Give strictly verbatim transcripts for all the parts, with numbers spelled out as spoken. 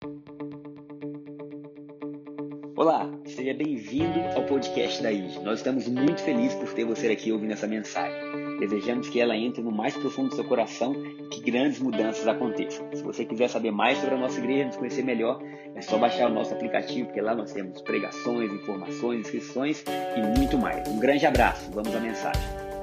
Olá, seja bem-vindo ao podcast da I G. Nós estamos muito felizes por ter você aqui ouvindo essa mensagem. Desejamos que ela entre no mais profundo do seu coração e que grandes mudanças aconteçam. Se você quiser saber mais sobre a nossa igreja, nos conhecer melhor, é só baixar o nosso aplicativo, porque lá nós temos pregações, informações, inscrições e muito mais. Um grande abraço, vamos à mensagem.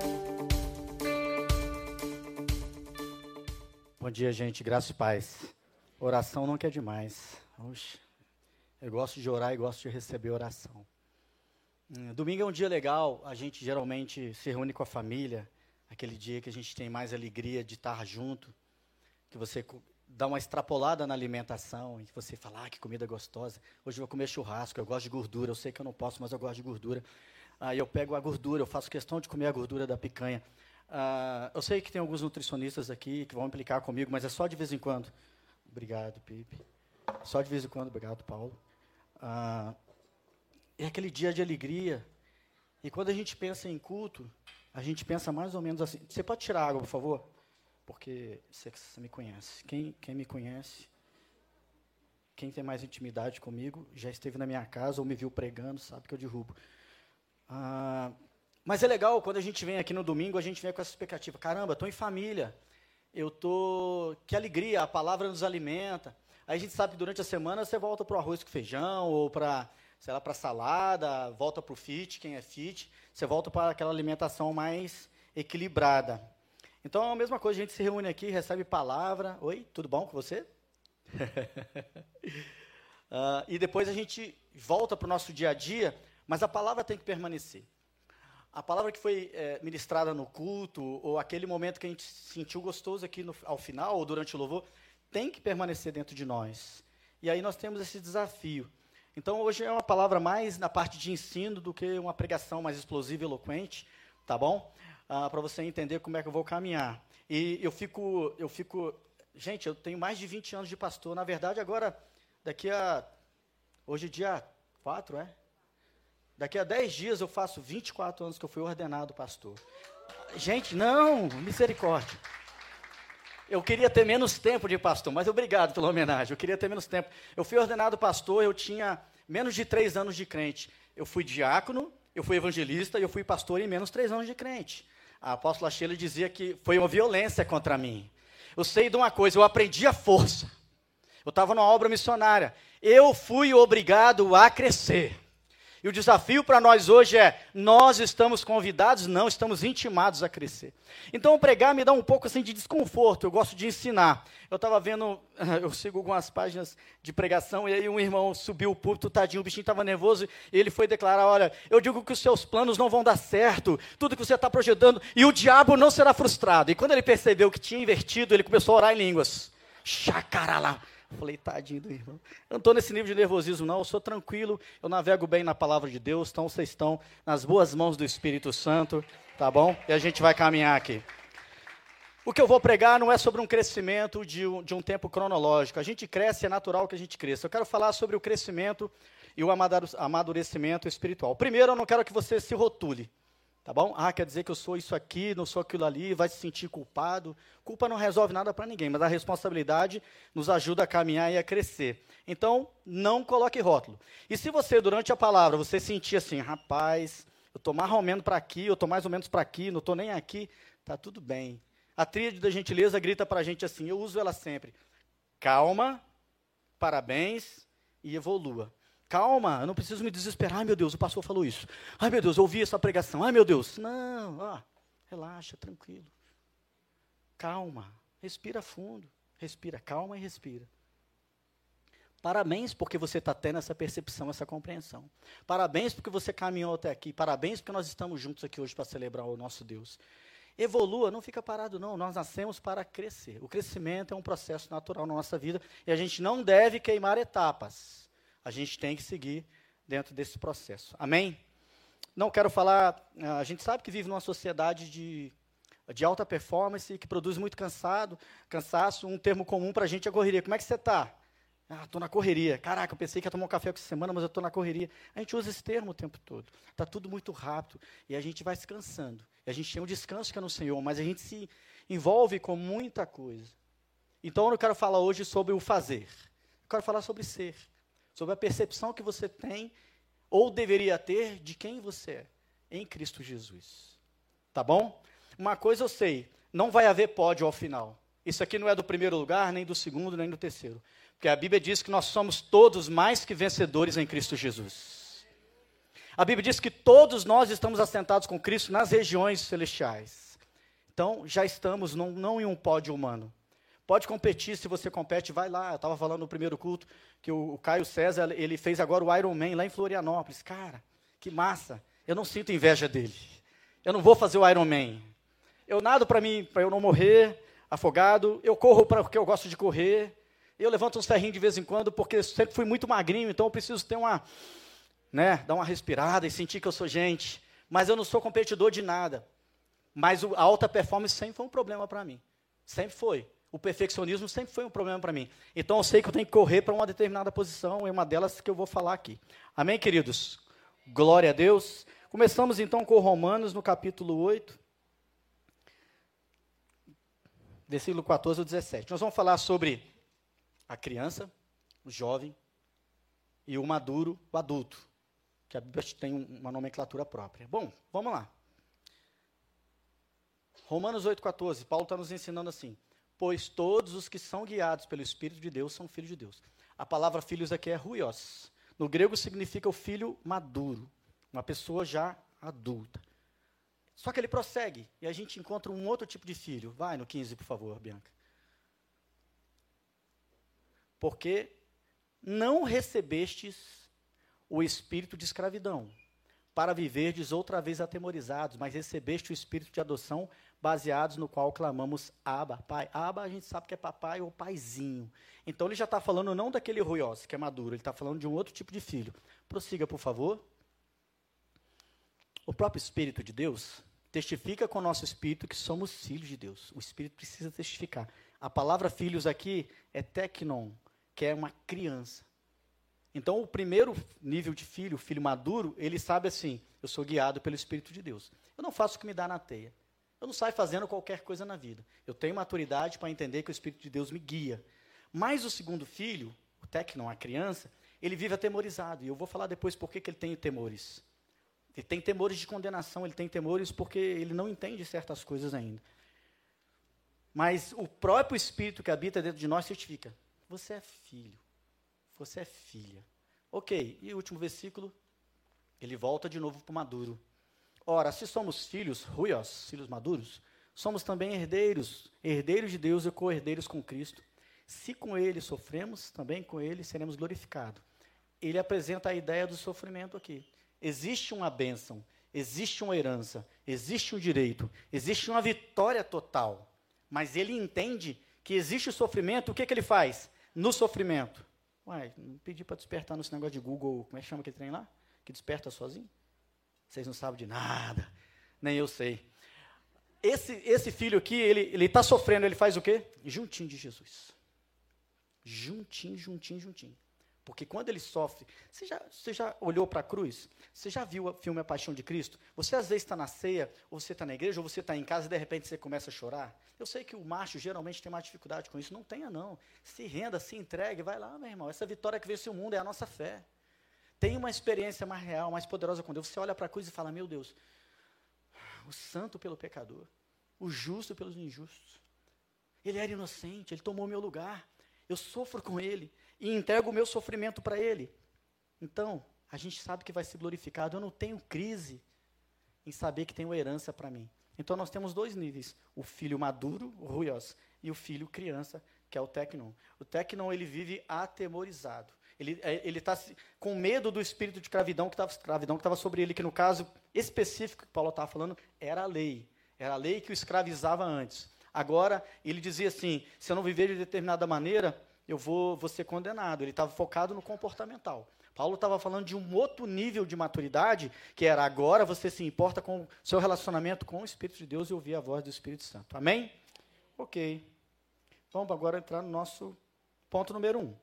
Bom dia, gente, graça e paz. Oração nunca é demais. Oxe. Eu gosto de orar e gosto de receber oração. Hum, domingo é um dia legal, a gente geralmente se reúne com a família, aquele dia que a gente tem mais alegria de estar junto, que você dá uma extrapolada na alimentação, e que você fala, ah, que comida gostosa, hoje eu vou comer churrasco, eu gosto de gordura, eu sei que eu não posso, mas eu gosto de gordura. Aí eu pego a gordura, eu faço questão de comer a gordura da picanha. Ah, eu sei que tem alguns nutricionistas aqui que vão implicar comigo, mas é só de vez em quando. Obrigado, Pipe. Só de vez em quando, obrigado, Paulo. Ah, é aquele dia de alegria. E quando a gente pensa em culto, a gente pensa mais ou menos assim. Você pode tirar a água, por favor? Porque você, você me conhece. Quem, quem me conhece, quem tem mais intimidade comigo, já esteve na minha casa ou me viu pregando, sabe que eu derrubo. Ah, mas é legal, quando a gente vem aqui no domingo, a gente vem com essa expectativa. Caramba, estou em família. Eu tô, que alegria, a palavra nos alimenta. Aí a gente sabe que durante a semana você volta para o arroz com feijão, ou para, sei lá, para salada, volta para o fit, quem é fit, você volta para aquela alimentação mais equilibrada. Então é a mesma coisa, a gente se reúne aqui, recebe palavra. Oi, tudo bom com você? uh, e depois a gente volta para o nosso dia a dia, mas a palavra tem que permanecer. A palavra que foi é, ministrada no culto, ou aquele momento que a gente sentiu gostoso aqui no, ao final, ou durante o louvor, tem que permanecer dentro de nós. E aí nós temos esse desafio. Então, hoje é uma palavra mais na parte de ensino do que uma pregação mais explosiva e eloquente, tá bom? Ah, para você entender como é que eu vou caminhar. E eu fico, eu fico... Gente, eu tenho mais de vinte anos de pastor. Na verdade, agora, daqui a... Hoje é dia quatro, é? Daqui a dez dias eu faço vinte e quatro anos que eu fui ordenado pastor. Gente, não, misericórdia. Eu queria ter menos tempo de pastor, mas obrigado pela homenagem, eu queria ter menos tempo. Eu fui ordenado pastor, eu tinha menos de três anos de crente. Eu fui diácono, eu fui evangelista e eu fui pastor em menos de três anos de crente. A apóstola Sheila dizia que foi uma violência contra mim. Eu sei de uma coisa, eu aprendi a força. Eu estava numa obra missionária. Eu fui obrigado a crescer. E o desafio para nós hoje é, nós estamos convidados, não, estamos intimados a crescer. Então, pregar me dá um pouco assim de desconforto, eu gosto de ensinar. Eu estava vendo, eu sigo algumas páginas de pregação, e aí um irmão subiu o púlpito, tadinho, o bichinho estava nervoso, e ele foi declarar, olha, eu digo que os seus planos não vão dar certo, tudo que você está projetando, e o diabo não será frustrado. E quando ele percebeu que tinha invertido, ele começou a orar em línguas. Chacaralá. Falei, tadinho do irmão. Eu não estou nesse nível de nervosismo, não. Eu sou tranquilo, eu navego bem na palavra de Deus. Então, vocês estão nas boas mãos do Espírito Santo, tá bom? E a gente vai caminhar aqui. O que eu vou pregar não é sobre um crescimento de um, de um tempo cronológico. A gente cresce, é natural que a gente cresça. Eu quero falar sobre o crescimento e o amadurecimento espiritual. Primeiro, eu não quero que você se rotule. Tá bom? Ah, quer dizer que eu sou isso aqui, não sou aquilo ali, vai se sentir culpado. Culpa não resolve nada para ninguém, mas a responsabilidade nos ajuda a caminhar e a crescer. Então, não coloque rótulo. E se você, durante a palavra, você sentir assim, rapaz, eu estou mais ou menos para aqui, eu estou mais ou menos para aqui, não estou nem aqui, tá tudo bem. A tríade da gentileza grita para a gente assim, eu uso ela sempre. Calma, parabéns e evolua. Calma, eu não preciso me desesperar. Ai, meu Deus, o pastor falou isso. Ai, meu Deus, eu ouvi essa pregação. Ai, meu Deus. Não, ó, relaxa, tranquilo. Calma, respira fundo. Respira, calma e respira. Parabéns porque você está tendo essa percepção, essa compreensão. Parabéns porque você caminhou até aqui. Parabéns porque nós estamos juntos aqui hoje para celebrar o nosso Deus. Evolua, não fica parado não. Nós nascemos para crescer. O crescimento é um processo natural na nossa vida e a gente não deve queimar etapas. A gente tem que seguir dentro desse processo. Amém? Não quero falar... A gente sabe que vive numa sociedade de, de alta performance, que produz muito cansado, cansaço. Um termo comum para a gente é correria. Como é que você está? Ah, estou na correria. Caraca, eu pensei que ia tomar um café com essa semana, mas eu estou na correria. A gente usa esse termo o tempo todo. Está tudo muito rápido. E a gente vai se cansando. E a gente tem um descanso que é no Senhor, mas a gente se envolve com muita coisa. Então, eu quero falar hoje sobre o fazer. quero falar sobre ser, sobre a percepção que você tem ou deveria ter de quem você é em Cristo Jesus. Tá bom? Uma coisa eu sei, não vai haver pódio ao final. Isso aqui não é do primeiro lugar, nem do segundo, nem do terceiro. Porque a Bíblia diz que nós somos todos mais que vencedores em Cristo Jesus. A Bíblia diz que todos nós estamos assentados com Cristo nas regiões celestiais. Então, já estamos não, não em um pódio humano. Pode competir, se você compete, vai lá. Eu estava falando no primeiro culto que o, o Caio César, ele fez agora o Ironman lá em Florianópolis. Cara, que massa. Eu não sinto inveja dele. Eu não vou fazer o Ironman. Eu nado para mim, para eu não morrer afogado. Eu corro porque eu gosto de correr. Eu levanto uns ferrinhos de vez em quando, porque eu sempre fui muito magrinho, então eu preciso ter uma, né, dar uma respirada e sentir que eu sou gente. Mas eu não sou competidor de nada. Mas o, a alta performance sempre foi um problema para mim. Sempre foi. O perfeccionismo sempre foi um problema para mim. Então eu sei que eu tenho que correr para uma determinada posição, é uma delas que eu vou falar aqui. Amém, queridos? Glória a Deus. Começamos então com Romanos, no capítulo oito, versículo quatorze ao dezessete. Nós vamos falar sobre a criança, o jovem, e o maduro, o adulto, que a Bíblia tem uma nomenclatura própria. Bom, vamos lá. Romanos oito, quatorze, Paulo está nos ensinando assim: pois todos os que são guiados pelo Espírito de Deus são filhos de Deus. A palavra filhos aqui é huios. No grego significa o filho maduro, uma pessoa já adulta. Só que ele prossegue, e a gente encontra um outro tipo de filho. Vai no quinze, por favor, Bianca. Porque não recebestes o espírito de escravidão, para viverdes outra vez atemorizados, mas recebeste o espírito de adoção, baseados no qual clamamos Abba, Pai. Abba a gente sabe que é papai ou paizinho. Então ele já está falando não daquele ruios, que é maduro, ele está falando de um outro tipo de filho. Prossiga, por favor. O próprio Espírito de Deus testifica com o nosso espírito que somos filhos de Deus. O Espírito precisa testificar. A palavra filhos aqui é teknon, que é uma criança. Então, o primeiro nível de filho, o filho maduro, ele sabe assim: eu sou guiado pelo Espírito de Deus. Eu não faço o que me dá na teia. Eu não saio fazendo qualquer coisa na vida. Eu tenho maturidade para entender que o Espírito de Deus me guia. Mas o segundo filho, o teknon, a criança, ele vive atemorizado. E eu vou falar depois por que que ele tem temores. Ele tem temores de condenação, ele tem temores porque ele não entende certas coisas ainda. Mas o próprio Espírito que habita dentro de nós certifica: você é filho, você é filha. Ok, e o último versículo, ele volta de novo para o maduro. Ora, se somos filhos, huios, filhos maduros, somos também herdeiros, herdeiros de Deus e co-herdeiros com Cristo. Se com ele sofremos, também com ele seremos glorificados. Ele apresenta a ideia do sofrimento aqui. Existe uma bênção, existe uma herança, existe um direito, existe uma vitória total. Mas ele entende que existe o sofrimento, o que, que ele faz? No sofrimento. Uai, não pedi para despertar nesse negócio de Google, como é que chama aquele trem lá? Que desperta sozinho? Vocês não sabem de nada, nem eu sei. Esse, esse filho aqui, ele está sofrendo, ele faz o quê? Juntinho de Jesus. Juntinho, juntinho, juntinho. Porque quando ele sofre, você já, você já olhou para a cruz? Você já viu o filme A Paixão de Cristo? Você às vezes está na ceia, ou você está na igreja, ou você está em casa e de repente você começa a chorar? Eu sei que o macho geralmente tem mais dificuldade com isso. Não tenha não. Se renda, se entregue, vai lá, meu irmão. Essa vitória que vence o mundo é a nossa fé. Tem uma experiência mais real, mais poderosa com Deus. Você olha para a cruz e fala: meu Deus, o santo pelo pecador, o justo pelos injustos. Ele era inocente, ele tomou o meu lugar. Eu sofro com ele e entrego o meu sofrimento para ele. Então, a gente sabe que vai ser glorificado. Eu não tenho crise em saber que tem uma herança para mim. Então, nós temos dois níveis: o filho maduro, o huios, e o filho criança, que é o teknon. O teknon, ele vive atemorizado. Ele está com medo do espírito de escravidão que estava sobre ele, que no caso específico que Paulo estava falando, era a lei. Era a lei que o escravizava antes. Agora, ele dizia assim: se eu não viver de determinada maneira, eu vou, vou ser condenado. Ele estava focado no comportamental. Paulo estava falando de um outro nível de maturidade, que era: agora você se importa com o seu relacionamento com o Espírito de Deus e ouvir a voz do Espírito Santo. Amém? Ok. Vamos agora entrar no nosso ponto número um.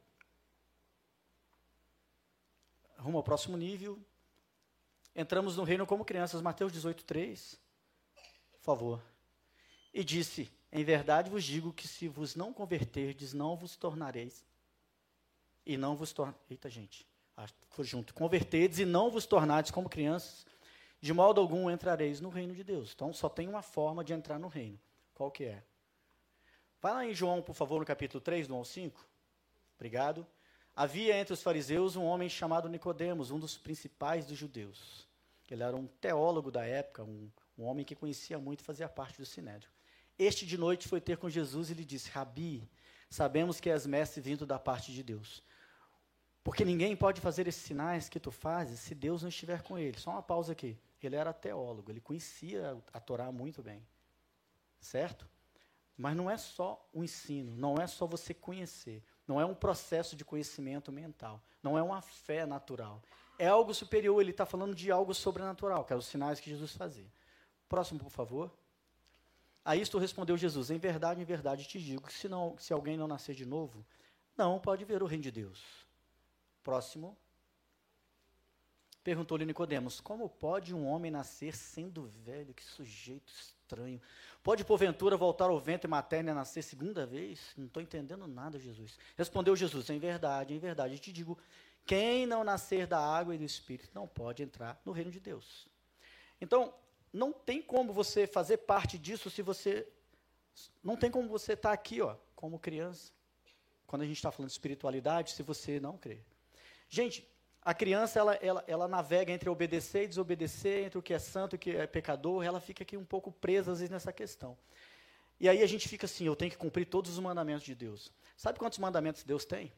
Rumo ao próximo nível. Entramos no reino como crianças. Mateus dezoito, três. Por favor. E disse: em verdade vos digo que se vos não converterdes, não vos tornareis e não vos tornados... Eita, gente, foi junto. Convertedes e não vos tornades como crianças, de modo algum entrareis no reino de Deus. Então, só tem uma forma de entrar no reino. Qual que é? Vai lá em João, por favor, no capítulo três, do um ao cinco. Obrigado. Havia entre os fariseus um homem chamado Nicodemos, um dos principais dos judeus. Ele era um teólogo da época, um, um homem que conhecia muito e fazia parte do Sinédrio. Este de noite foi ter com Jesus e lhe disse: Rabi, sabemos que és mestre vindo da parte de Deus. Porque ninguém pode fazer esses sinais que tu fazes se Deus não estiver com ele. Só uma pausa aqui. Ele era teólogo, ele conhecia a Torá muito bem. Certo? Mas não é só o ensino, não é só você conhecer. Não é um processo de conhecimento mental. Não é uma fé natural. É algo superior, ele está falando de algo sobrenatural, que eram os sinais que Jesus fazia. Próximo, por favor. A isto respondeu Jesus: em verdade, em verdade te digo, que se, não, se alguém não nascer de novo, não pode ver o reino de Deus. Próximo. Perguntou-lhe Nicodemos: como pode um homem nascer sendo velho? Que sujeito estranho. Pode, porventura, voltar ao ventre materno e nascer segunda vez? Não estou entendendo nada, Jesus. Respondeu Jesus: em verdade, em verdade te digo, quem não nascer da água e do Espírito não pode entrar no reino de Deus. Então, não tem como você fazer parte disso se você... Não tem como você estar aqui, ó, como criança, quando a gente está falando de espiritualidade, se você não crer. Gente, a criança, ela, ela, ela navega entre obedecer e desobedecer, entre o que é santo e o que é pecador, ela fica aqui um pouco presa, às vezes, nessa questão. E aí a gente fica assim: eu tenho que cumprir todos os mandamentos de Deus. Sabe quantos mandamentos Deus tem?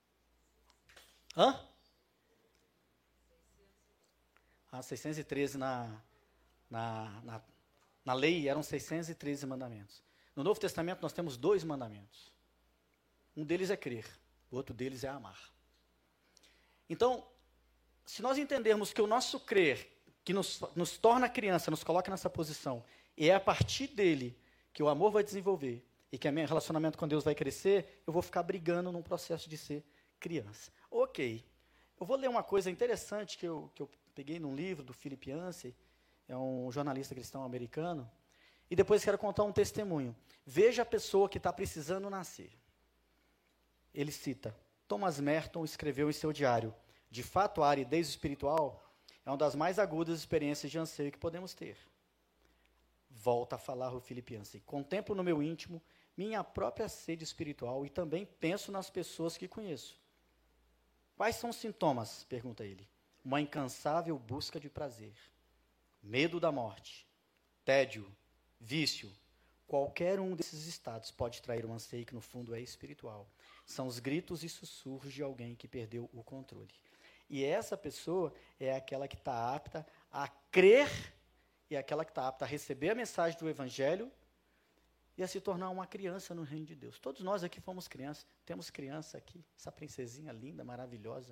Hã? Ah, seiscentos e treze na, na, na, na lei eram seiscentos e treze mandamentos. No Novo Testamento nós temos dois mandamentos. Um deles é crer, o outro deles é amar. Então, se nós entendermos que o nosso crer, que nos, nos torna criança, nos coloca nessa posição, e é a partir dele que o amor vai desenvolver, e que o meu relacionamento com Deus vai crescer, eu vou ficar brigando num processo de ser criança. Ok, eu vou ler uma coisa interessante que eu, que eu peguei num livro do Philip Yancey, é um jornalista cristão americano, e depois quero contar um testemunho. Veja a pessoa que está precisando nascer. Ele cita: Thomas Merton escreveu em seu diário: de fato, a aridez espiritual é uma das mais agudas experiências de anseio que podemos ter. Volta a falar o Philip Yancey: contemplo no meu íntimo minha própria sede espiritual e também penso nas pessoas que conheço. Quais são os sintomas? Pergunta ele. Uma incansável busca de prazer, medo da morte, tédio, vício. Qualquer um desses estados pode trair um anseio que no fundo é espiritual. São os gritos e sussurros de alguém que perdeu o controle. E essa pessoa é aquela que está apta a crer, e é aquela que está apta a receber a mensagem do Evangelho e a se tornar uma criança no reino de Deus. Todos nós aqui fomos crianças. Temos criança aqui, essa princesinha linda, maravilhosa.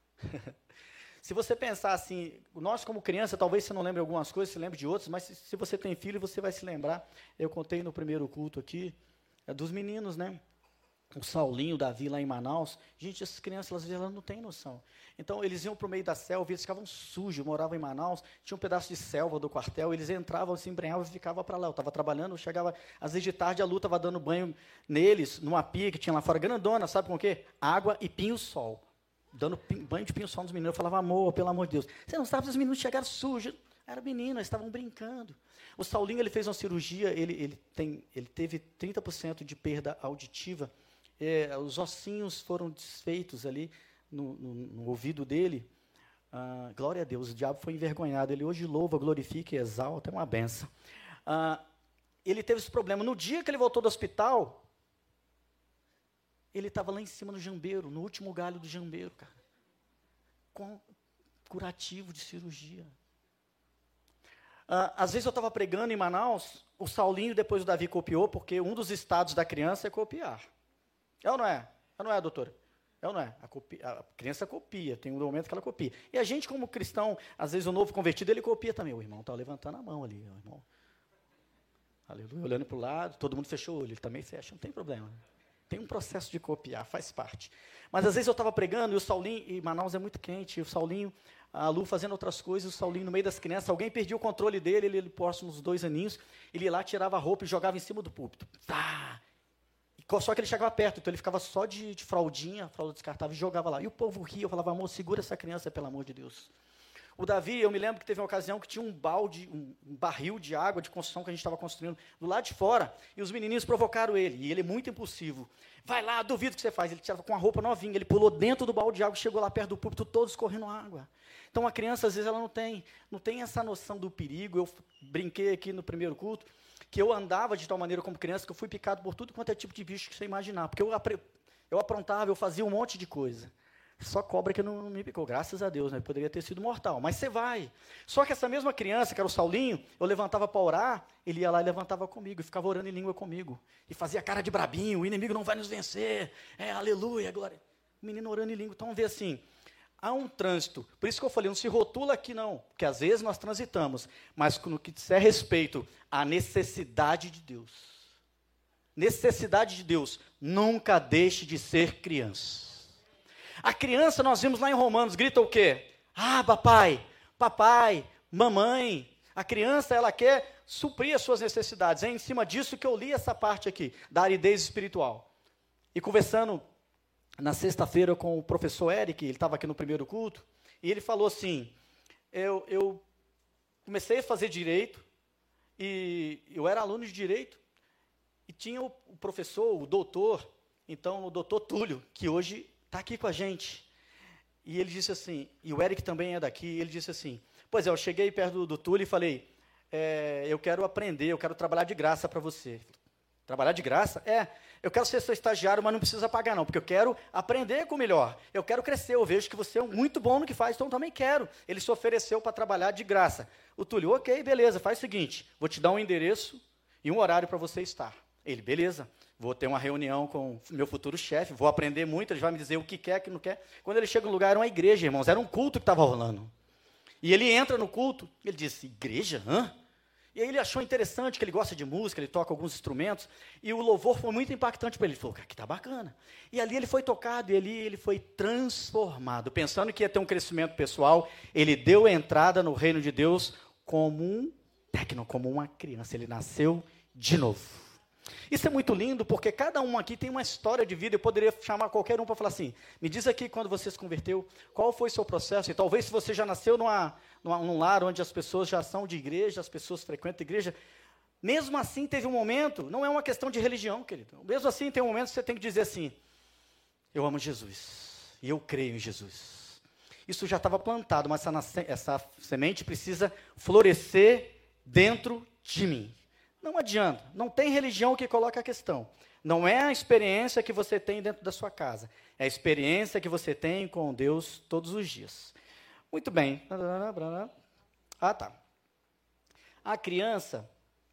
Se você pensar assim, nós como criança, talvez você não lembre algumas coisas, você lembre de outras, mas se, se você tem filho, você vai se lembrar. Eu contei no primeiro culto aqui, é dos meninos, né? O Saulinho, o Davi lá em Manaus. Gente, essas crianças, às vezes, elas não têm noção. Então, eles iam para o meio da selva, eles ficavam sujos, moravam em Manaus, tinha um pedaço de selva do quartel, eles entravam, se embrenhavam e ficavam para lá. Eu estava trabalhando, eu chegava, às vezes de tarde, a Lu estava dando banho neles, numa pia que tinha lá fora, grandona, sabe com o quê? Água e pinho-sol. Dando banho de pinho-sol nos meninos. Eu falava: amor, pelo amor de Deus. Você não sabe se os meninos chegaram sujos. Era menino, eles estavam brincando. O Saulinho, ele fez uma cirurgia, ele, ele, tem, ele teve trinta por cento de perda auditiva. É, os ossinhos foram desfeitos ali no, no, no ouvido dele. Ah, glória a Deus, o diabo foi envergonhado. Ele hoje louva, glorifica e exalta, é uma benção. Ah, ele teve esse problema. No dia que ele voltou do hospital, ele estava lá em cima no jambeiro, no último galho do jambeiro, cara, com curativo de cirurgia. Ah, às vezes eu estava pregando em Manaus, o Saulinho, depois o Davi copiou, porque um dos estados da criança é copiar. É ou não é? É ou não é, doutora? É ou não é? A, copia, a criança copia, tem um momento que ela copia. E a gente, como cristão, às vezes o novo convertido, ele copia também. O irmão está levantando a mão ali, o irmão. Aleluia, olhando para o lado, todo mundo fechou o olho, ele também fecha, não tem problema. Tem um processo de copiar, faz parte. Mas às vezes eu estava pregando e o Saulinho, e Manaus é muito quente, e o Saulinho, a Lu fazendo outras coisas, o Saulinho no meio das crianças, alguém perdia o controle dele, ele, ele próximo uns dois aninhos, ele ia lá, tirava a roupa e jogava em cima do púlpito. Tá! E Só que ele chegava perto, então ele ficava só de, de fraldinha, fralda descartável, e jogava lá. E o povo ria, eu falava, amor, segura essa criança, pelo amor de Deus. O Davi, eu me lembro que teve uma ocasião que tinha um balde, um, um barril de água de construção que a gente estava construindo do lado de fora, e os menininhos provocaram ele, e ele é muito impulsivo. Vai lá, duvido que você faz. Ele estava com uma roupa novinha, ele pulou dentro do balde de água, chegou lá perto do púlpito, todos correndo água. Então, a criança, às vezes, ela não tem, não tem essa noção do perigo. Eu brinquei aqui no primeiro culto, que eu andava de tal maneira como criança, que eu fui picado por tudo quanto é tipo de bicho que você imaginar, porque eu, apre, eu aprontava, eu fazia um monte de coisa. Só cobra que não, não me picou, graças a Deus, né? Poderia ter sido mortal, mas você vai. Só que essa mesma criança, que era o Saulinho, eu levantava para orar, ele ia lá e levantava comigo, e ficava orando em língua comigo, e fazia cara de brabinho, o inimigo não vai nos vencer, é, aleluia, glória. O menino orando em língua, então vamos ver assim, há um trânsito, por isso que eu falei, não se rotula aqui não, porque às vezes nós transitamos, mas no que disser respeito à necessidade de Deus, necessidade de Deus, nunca deixe de ser criança. A criança, nós vimos lá em Romanos, grita o quê? Ah, papai, papai, mamãe. A criança, ela quer suprir as suas necessidades. É em cima disso que eu li essa parte aqui, da aridez espiritual. E conversando na sexta-feira com o professor Eric, ele estava aqui no primeiro culto, e ele falou assim, eu, eu comecei a fazer direito, e eu era aluno de direito, e tinha o, o professor, o doutor, então o doutor Túlio, que hoje está aqui com a gente. E ele disse assim, e o Eric também é daqui, ele disse assim, pois é, eu cheguei perto do, do Túlio e falei, é, eu quero aprender, eu quero trabalhar de graça para você. Trabalhar de graça? É, eu quero ser seu estagiário, mas não precisa pagar não, porque eu quero aprender com o melhor, eu quero crescer, eu vejo que você é muito bom no que faz, então eu também quero. Ele se ofereceu para trabalhar de graça. O Túlio, ok, beleza, faz o seguinte, vou te dar um endereço e um horário para você estar. Ele, beleza. Vou ter uma reunião com o meu futuro chefe, vou aprender muito, ele vai me dizer o que quer, o que não quer. Quando ele chega no lugar, era uma igreja, irmãos, era um culto que estava rolando. E ele entra no culto, ele disse, igreja? Hã? E aí ele achou interessante, que ele gosta de música, ele toca alguns instrumentos, e o louvor foi muito impactante para ele. Ele falou, aqui está bacana. E ali ele foi tocado, e ali ele foi transformado. Pensando que ia ter um crescimento pessoal, ele deu entrada no reino de Deus como um técnico, como uma criança. Ele nasceu de novo. Isso é muito lindo, porque cada um aqui tem uma história de vida. Eu poderia chamar qualquer um para falar assim, me diz aqui quando você se converteu, qual foi o seu processo, e talvez se você já nasceu numa, numa, num lar onde as pessoas já são de igreja, as pessoas frequentam a igreja, mesmo assim teve um momento, não é uma questão de religião, querido, mesmo assim tem um momento que você tem que dizer assim, eu amo Jesus, e eu creio em Jesus. Isso já estava plantado, mas essa, essa semente precisa florescer dentro de mim. Não adianta, não tem religião que coloque a questão. Não é a experiência que você tem dentro da sua casa, é a experiência que você tem com Deus todos os dias. Muito bem. Ah, tá. A criança,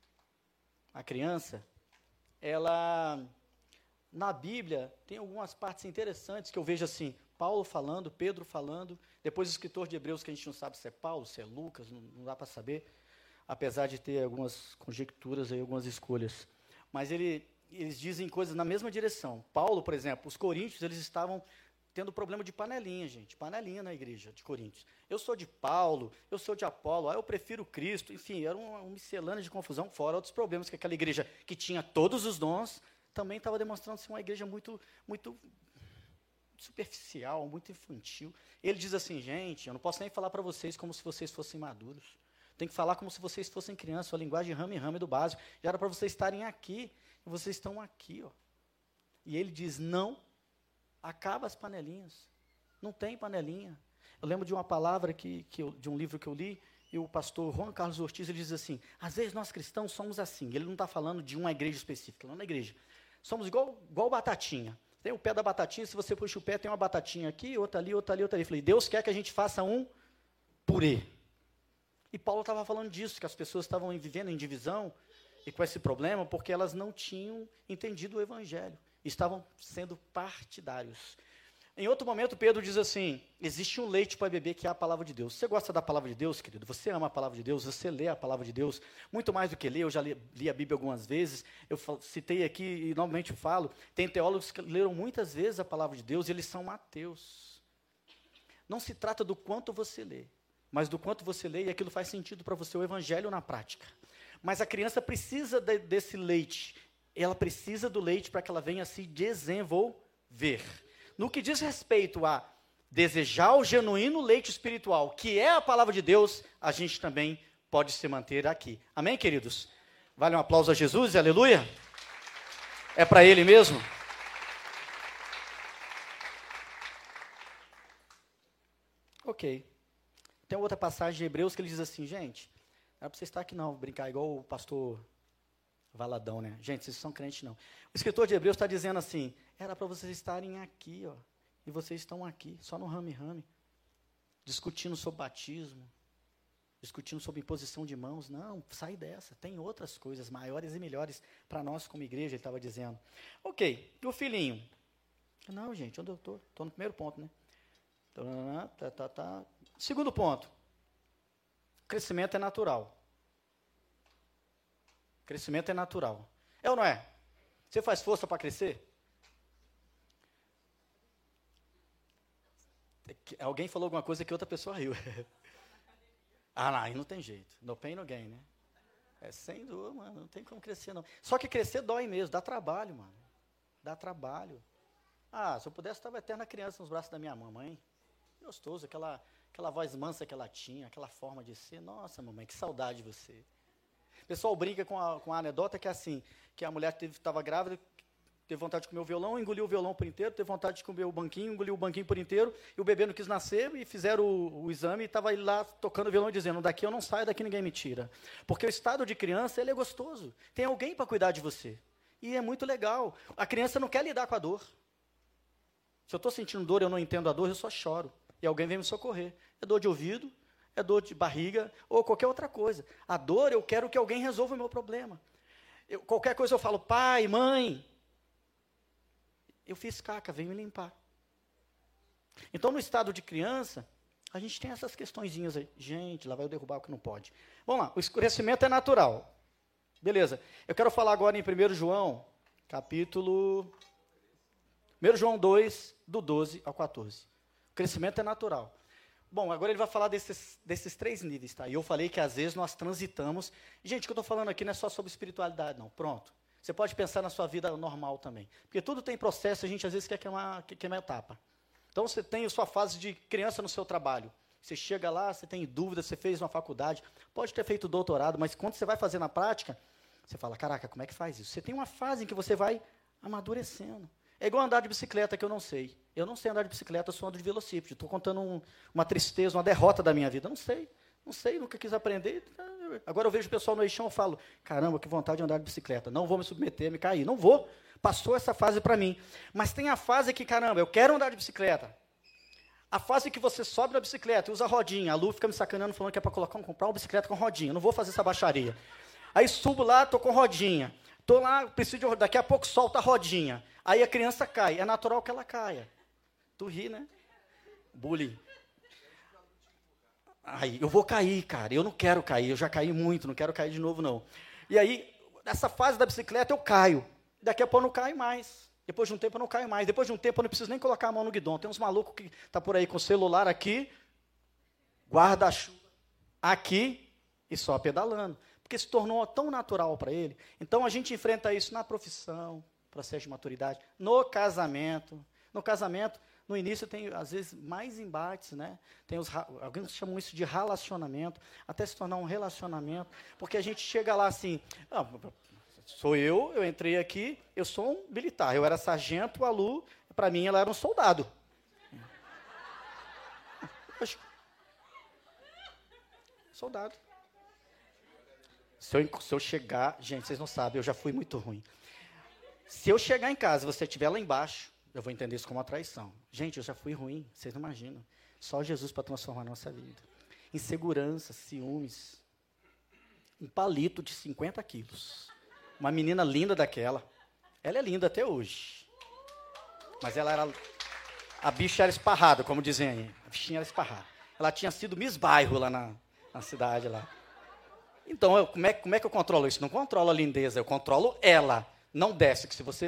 a criança, ela, na Bíblia, tem algumas partes interessantes que eu vejo assim, Paulo falando, Pedro falando, depois o escritor de Hebreus, que a gente não sabe se é Paulo, se é Lucas, não, não dá para saber, apesar de ter algumas conjecturas e algumas escolhas. Mas ele, eles dizem coisas na mesma direção. Paulo, por exemplo, os coríntios, eles estavam tendo problema de panelinha, gente. Panelinha na igreja de Coríntios. Eu sou de Paulo, eu sou de Apolo, ah, eu prefiro Cristo. Enfim, era uma, uma miscelânea de confusão, fora outros problemas, que aquela igreja que tinha todos os dons, também estava demonstrando ser uma igreja muito, muito superficial, muito infantil. Ele diz assim, gente, eu não posso nem falar para vocês como se vocês fossem maduros. Tem que falar como se vocês fossem crianças, a linguagem rame rame do básico. Já era para vocês estarem aqui, e vocês estão aqui. Ó. E ele diz, não, acaba as panelinhas. Não tem panelinha. Eu lembro de uma palavra, que, que eu, de um livro que eu li, e o pastor Juan Carlos Ortiz, ele diz assim, às vezes nós cristãos somos assim. Ele não está falando de uma igreja específica, não na igreja. Somos igual, igual batatinha. Tem o pé da batatinha, se você puxa o pé, tem uma batatinha aqui, outra ali, outra ali, outra ali. Eu falei, Deus quer que a gente faça um purê. E Paulo estava falando disso, que as pessoas estavam vivendo em divisão e com esse problema, porque elas não tinham entendido o evangelho, estavam sendo partidários. Em outro momento, Pedro diz assim, existe um leite para beber que é a palavra de Deus. Você gosta da palavra de Deus, querido? Você ama a palavra de Deus? Você lê a palavra de Deus? Muito mais do que ler, eu já li, li a Bíblia algumas vezes, eu falo, citei aqui e novamente falo, tem teólogos que leram muitas vezes a palavra de Deus e eles são ateus. Não se trata do quanto você lê, mas do quanto você lê, e aquilo faz sentido para você, o evangelho na prática. Mas a criança precisa de, desse leite ela precisa do leite para que ela venha se desenvolver. No que diz respeito a desejar o genuíno leite espiritual, que é a palavra de Deus, a gente também pode se manter aqui. Amém, queridos? Vale um aplauso a Jesus, aleluia? É para Ele mesmo? Ok. Tem outra passagem de Hebreus que ele diz assim, gente, não é para você estar aqui não, brincar igual o pastor Valadão, né? Gente, vocês são crentes não. O escritor de Hebreus está dizendo assim, era para vocês estarem aqui, ó, e vocês estão aqui, só no rame-rame, discutindo sobre batismo, discutindo sobre imposição de mãos. Não, sai dessa, tem outras coisas maiores e melhores para nós como igreja, ele estava dizendo. Ok, e o filhinho? Não, gente, onde eu estou? Estou no primeiro ponto, né? Tá, tá, tá. Segundo ponto, crescimento é natural. Crescimento é natural. É ou não é? Você faz força para crescer? Alguém falou alguma coisa que outra pessoa riu. Ah, não, aí não tem jeito. No pain, no gain, né? É sem dor, mano, não tem como crescer, não. Só que crescer dói mesmo, dá trabalho, mano. Dá trabalho. Ah, se eu pudesse, estava eterna criança nos braços da minha mamãe. Gostoso, aquela, aquela voz mansa que ela tinha, aquela forma de ser. Nossa, mamãe, que saudade de você. O pessoal brinca com a, com a anedota que é assim, que a mulher estava grávida, teve vontade de comer o violão, engoliu o violão por inteiro, teve vontade de comer o banquinho, engoliu o banquinho por inteiro, e o bebê não quis nascer, e fizeram o, o exame, e estava ele lá tocando o violão, dizendo, daqui eu não saio, daqui ninguém me tira. Porque o estado de criança, ele é gostoso. Tem alguém para cuidar de você. E é muito legal. A criança não quer lidar com a dor. Se eu estou sentindo dor, eu não entendo a dor, eu só choro. E alguém vem me socorrer. É dor de ouvido, é dor de barriga, ou qualquer outra coisa. A dor, eu quero que alguém resolva o meu problema. Eu, qualquer coisa eu falo, pai, mãe, eu fiz caca, vem me limpar. Então, no estado de criança, a gente tem essas questõezinhas aí. Gente, lá vai eu derrubar o que não pode. Vamos lá, o escurecimento é natural. Beleza. Eu quero falar agora em primeiro João, capítulo... primeiro João dois, do doze ao quatorze. O crescimento é natural. Bom, agora ele vai falar desses, desses três níveis, tá? E eu falei que às vezes nós transitamos... Gente, o que eu estou falando aqui não é só sobre espiritualidade, não. Pronto. Você pode pensar na sua vida normal também. Porque tudo tem processo, a gente às vezes quer queimar, quer queimar etapa. Então, você tem a sua fase de criança no seu trabalho. Você chega lá, você tem dúvida, você fez uma faculdade, pode ter feito doutorado, mas quando você vai fazer na prática, você fala, caraca, como é que faz isso? Você tem uma fase em que você vai amadurecendo. É igual andar de bicicleta, que eu não sei. Eu não sei andar de bicicleta, eu sou ando de velocípede. Estou contando um, uma tristeza, uma derrota da minha vida. Eu não sei, não sei, nunca quis aprender. Agora eu vejo o pessoal no eixão e falo, caramba, que vontade de andar de bicicleta. Não vou me submeter, me cair. Não vou. Passou essa fase para mim. Mas tem a fase que, caramba, eu quero andar de bicicleta. A fase que você sobe na bicicleta e usa a rodinha. A Lu fica me sacaneando, falando que é para colocar, comprar uma bicicleta com rodinha. Eu não vou fazer essa baixaria. Aí subo lá, estou com rodinha. Estou lá, preciso de, daqui a pouco solta a rodinha. Aí a criança cai. É natural que ela caia. Tu ri, né? Bullying. Aí, eu vou cair, cara. Eu não quero cair. Eu já caí muito, não quero cair de novo, não. E aí, nessa fase da bicicleta, eu caio. Daqui a pouco eu não caio mais. Depois de um tempo eu não caio mais. Depois de um tempo eu não preciso nem colocar a mão no guidão. Tem uns malucos que tá por aí com o celular aqui, guarda-chuva aqui e só pedalando. Porque se tornou tão natural para ele. Então a gente enfrenta isso na profissão, processo de maturidade, no casamento. No casamento, no início tem, às vezes, mais embates, né? Tem os, alguns chamam isso de relacionamento, até se tornar um relacionamento, porque a gente chega lá assim, ah, sou eu, eu entrei aqui, eu sou um militar, eu era sargento, a Lu, para mim, ela era um soldado. Soldado. Se eu, se eu chegar, gente, vocês não sabem, eu já fui muito ruim. Se eu chegar em casa e você estiver lá embaixo, eu vou entender isso como uma traição. Gente, eu já fui ruim, vocês não imaginam. Só Jesus para transformar a nossa vida. Insegurança, ciúmes. Um palito de cinquenta quilos. Uma menina linda daquela. Ela é linda até hoje. Mas ela era... A bicha era esparrada, como dizem aí. A bichinha era esparrada. Ela tinha sido Miss Bairro lá na, na cidade. Lá. Então, eu, como, é, como é que eu controlo isso? Não controlo a lindeza, eu controlo ela. Não desce, que se você...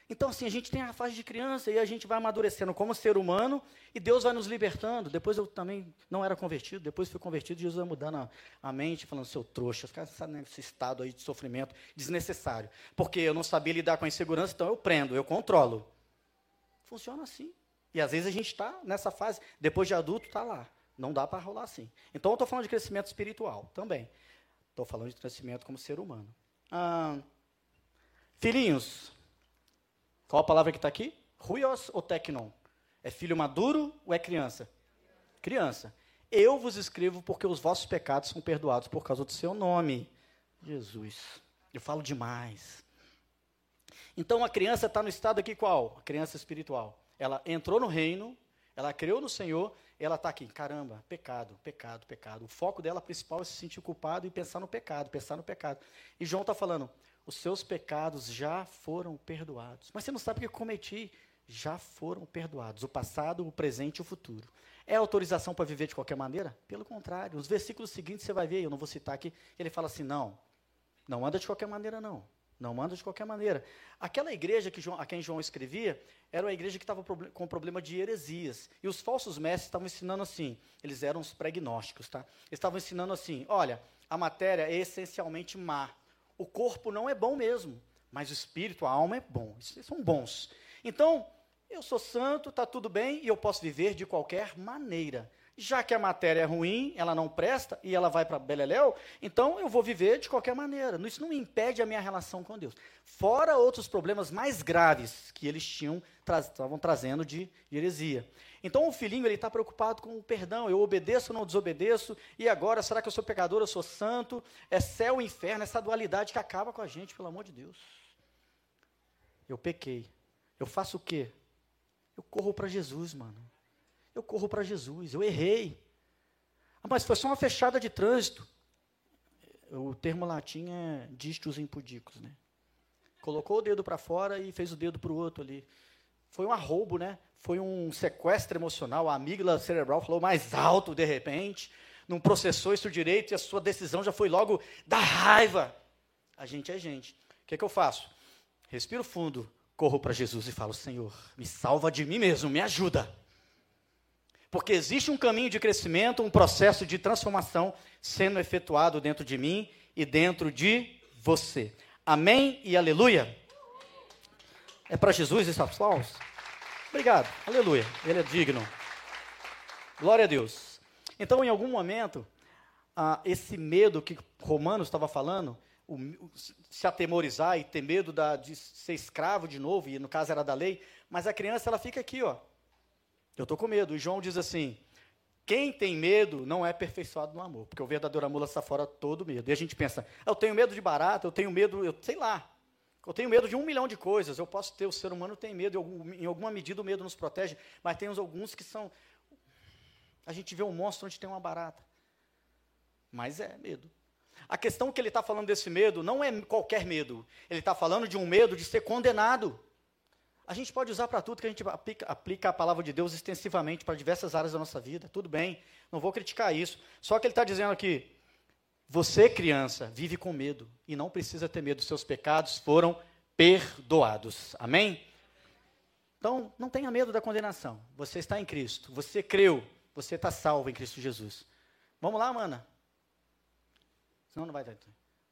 Então, assim, a gente tem a fase de criança e a gente vai amadurecendo como ser humano e Deus vai nos libertando. Depois eu também não era convertido, depois fui convertido, Jesus vai mudando a, a mente, falando, seu trouxa, ficar nesse estado aí de sofrimento desnecessário. Porque eu não sabia lidar com a insegurança, então eu prendo, eu controlo. Funciona assim. E às vezes a gente está nessa fase, depois de adulto, está lá. Não dá para rolar assim. Então eu estou falando de crescimento espiritual também. Estou falando de crescimento como ser humano. Ah, filhinhos, qual a palavra que está aqui? Ruios ou teknon? É filho maduro ou é criança? Criança. Eu vos escrevo porque os vossos pecados são perdoados por causa do seu nome. Jesus, eu falo demais. Então a criança está no estado aqui qual? A criança espiritual. Ela entrou no reino, ela creu no Senhor, ela está aqui, caramba, pecado, pecado, pecado. O foco dela principal é se sentir culpado e pensar no pecado, pensar no pecado. E João está falando, os seus pecados já foram perdoados. Mas você não sabe o que eu cometi, já foram perdoados. O passado, o presente e o futuro. É autorização para viver de qualquer maneira? Pelo contrário, os versículos seguintes você vai ver, eu não vou citar aqui, ele fala assim, não, não anda de qualquer maneira não. Não anda de qualquer maneira. Aquela igreja que João, a quem João escrevia, era uma igreja que estava com problema de heresias. E os falsos mestres estavam ensinando assim, eles eram os pregnósticos, tá? Eles estavam ensinando assim, olha, a matéria é essencialmente má. O corpo não é bom mesmo, mas o espírito, a alma é bom. Eles são bons. Então, eu sou santo, está tudo bem, e eu posso viver de qualquer maneira. Já que a matéria é ruim, ela não presta, e ela vai para Beleléu, então eu vou viver de qualquer maneira. Isso não me impede a minha relação com Deus. Fora outros problemas mais graves que eles tinham, tra- estavam trazendo de, de heresia. Então o filhinho está preocupado com o perdão, eu obedeço ou não desobedeço, e agora, será que eu sou pecador, eu sou santo? É céu e inferno, essa dualidade que acaba com a gente, pelo amor de Deus. Eu pequei. Eu faço o quê? Eu corro para Jesus, mano. Eu corro para Jesus, eu errei. Ah, mas foi só uma fechada de trânsito. O termo latim é distius impudicus, né? Colocou o dedo para fora e fez o dedo para o outro ali. Foi um arroubo, né? Foi um sequestro emocional, a amígdala cerebral falou mais alto de repente, não processou isso direito e a sua decisão já foi logo da raiva. A gente é gente. O que é que eu faço? Respiro fundo, corro para Jesus e falo, Senhor, me salva de mim mesmo, me ajuda. Porque existe um caminho de crescimento, um processo de transformação sendo efetuado dentro de mim e dentro de você. Amém e aleluia? É para Jesus esse aplauso? Obrigado, aleluia, ele é digno. Glória a Deus. Então, em algum momento, ah, esse medo que Romanos estava falando, o, o, se atemorizar e ter medo da, de ser escravo de novo, e no caso era da lei, mas a criança ela fica aqui, ó. Eu estou com medo. E João diz assim, quem tem medo não é aperfeiçoado no amor, porque o verdadeiro amor está fora todo medo. E a gente pensa, eu tenho medo de barata, eu tenho medo, eu sei lá, eu tenho medo de um milhão de coisas, eu posso ter, o ser humano tem medo, em alguma medida o medo nos protege, mas tem alguns que são, a gente vê um monstro onde tem uma barata, mas é medo. A questão que ele está falando desse medo não é qualquer medo, ele está falando de um medo de ser condenado. A gente pode usar para tudo, que a gente aplica, aplica a palavra de Deus extensivamente para diversas áreas da nossa vida, tudo bem, não vou criticar isso. Só que ele está dizendo aqui, você criança, vive com medo e não precisa ter medo, seus pecados foram perdoados, amém? Então, não tenha medo da condenação, você está em Cristo, você creu, você está salvo em Cristo Jesus. Vamos lá, mana? Senão não vai ter.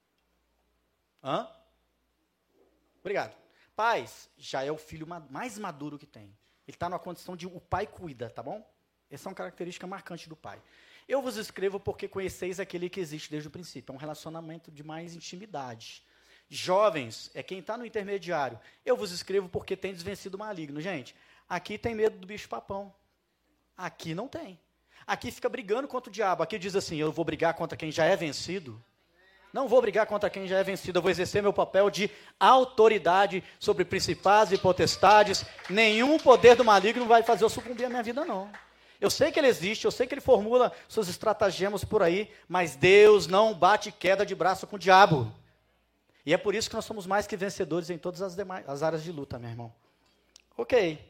Hã? Obrigado. Pais, já é o filho mais maduro que tem. Ele está numa condição de o pai cuida, tá bom? Essa é uma característica marcante do pai. Eu vos escrevo porque conheceis aquele que existe desde o princípio. É um relacionamento de mais intimidade. Jovens, é quem está no intermediário. Eu vos escrevo porque tendes vencido o maligno. Gente, aqui tem medo do bicho papão. Aqui não tem. Aqui fica brigando contra o diabo. Aqui diz assim, eu vou brigar contra quem já é vencido. Não vou brigar contra quem já é vencido, eu vou exercer meu papel de autoridade sobre principados e potestades. Nenhum poder do maligno vai fazer eu sucumbir a minha vida, não. Eu sei que ele existe, eu sei que ele formula seus estratagemas por aí, mas Deus não bate queda de braço com o diabo. E é por isso que nós somos mais que vencedores em todas as demais as áreas de luta, meu irmão. Ok.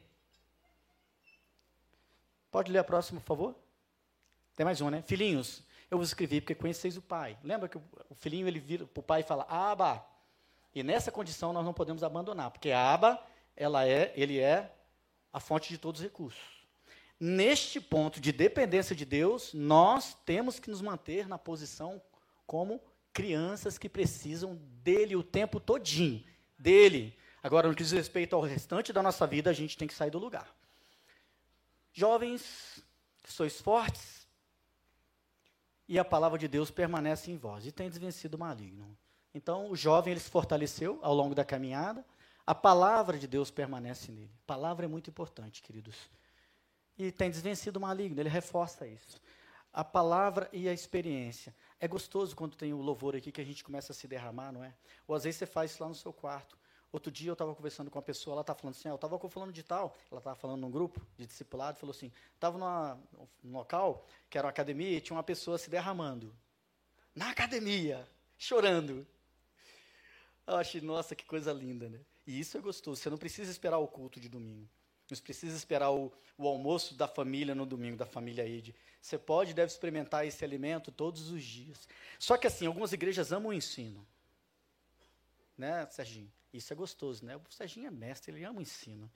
Pode ler a próxima, por favor? Tem mais um, né? Filhinhos, eu vos escrevi porque conheceis o Pai. Lembra que o, o filhinho ele vira para o pai e fala, Aba. E nessa condição nós não podemos abandonar, porque Aba ela é, ele é a fonte de todos os recursos. Neste ponto de dependência de Deus, nós temos que nos manter na posição como crianças que precisam dele o tempo todinho, dele. Agora, no que diz respeito ao restante da nossa vida, a gente tem que sair do lugar. Jovens, que sois fortes, e a palavra de Deus permanece em vós, e tendes vencido o maligno. Então, o jovem, ele se fortaleceu ao longo da caminhada, a palavra de Deus permanece nele. A palavra é muito importante, queridos. E tendes vencido o maligno, ele reforça isso. A palavra e a experiência. É gostoso quando tem o louvor aqui que a gente começa a se derramar, não é? Ou às vezes você faz isso lá no seu quarto. Outro dia eu estava conversando com uma pessoa, ela estava falando assim, ah, eu estava falando de tal, ela estava falando num grupo de discipulado, falou assim, estava num local, que era uma academia, e tinha uma pessoa se derramando. Na academia, chorando. Eu achei, nossa, que coisa linda, né? E isso é gostoso, você não precisa esperar o culto de domingo. Não precisa esperar o, o almoço da família no domingo, da família Eide. Você pode e deve experimentar esse alimento todos os dias. Só que assim, algumas igrejas amam o ensino. Né, Serginho? Isso é gostoso, né? O Serginho é mestre, ele ama o ensino.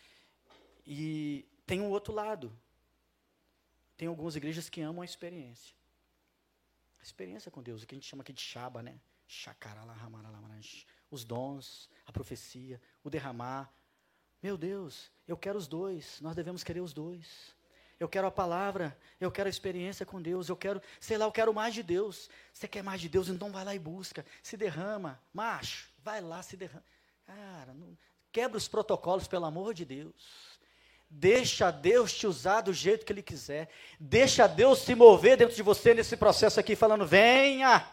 E tem um outro lado. Tem algumas igrejas que amam a experiência. A experiência com Deus, o que a gente chama aqui de Shaba, né? Os dons, a profecia, o derramar. Meu Deus, eu quero os dois, nós devemos querer os dois. Eu quero a palavra, eu quero a experiência com Deus, eu quero, sei lá, eu quero mais de Deus. Você quer mais de Deus, então vai lá e busca. Se derrama, macho, vai lá, se derrama. Cara, não, quebra os protocolos, pelo amor de Deus. Deixa Deus te usar do jeito que Ele quiser. Deixa Deus se mover dentro de você nesse processo aqui, falando, venha.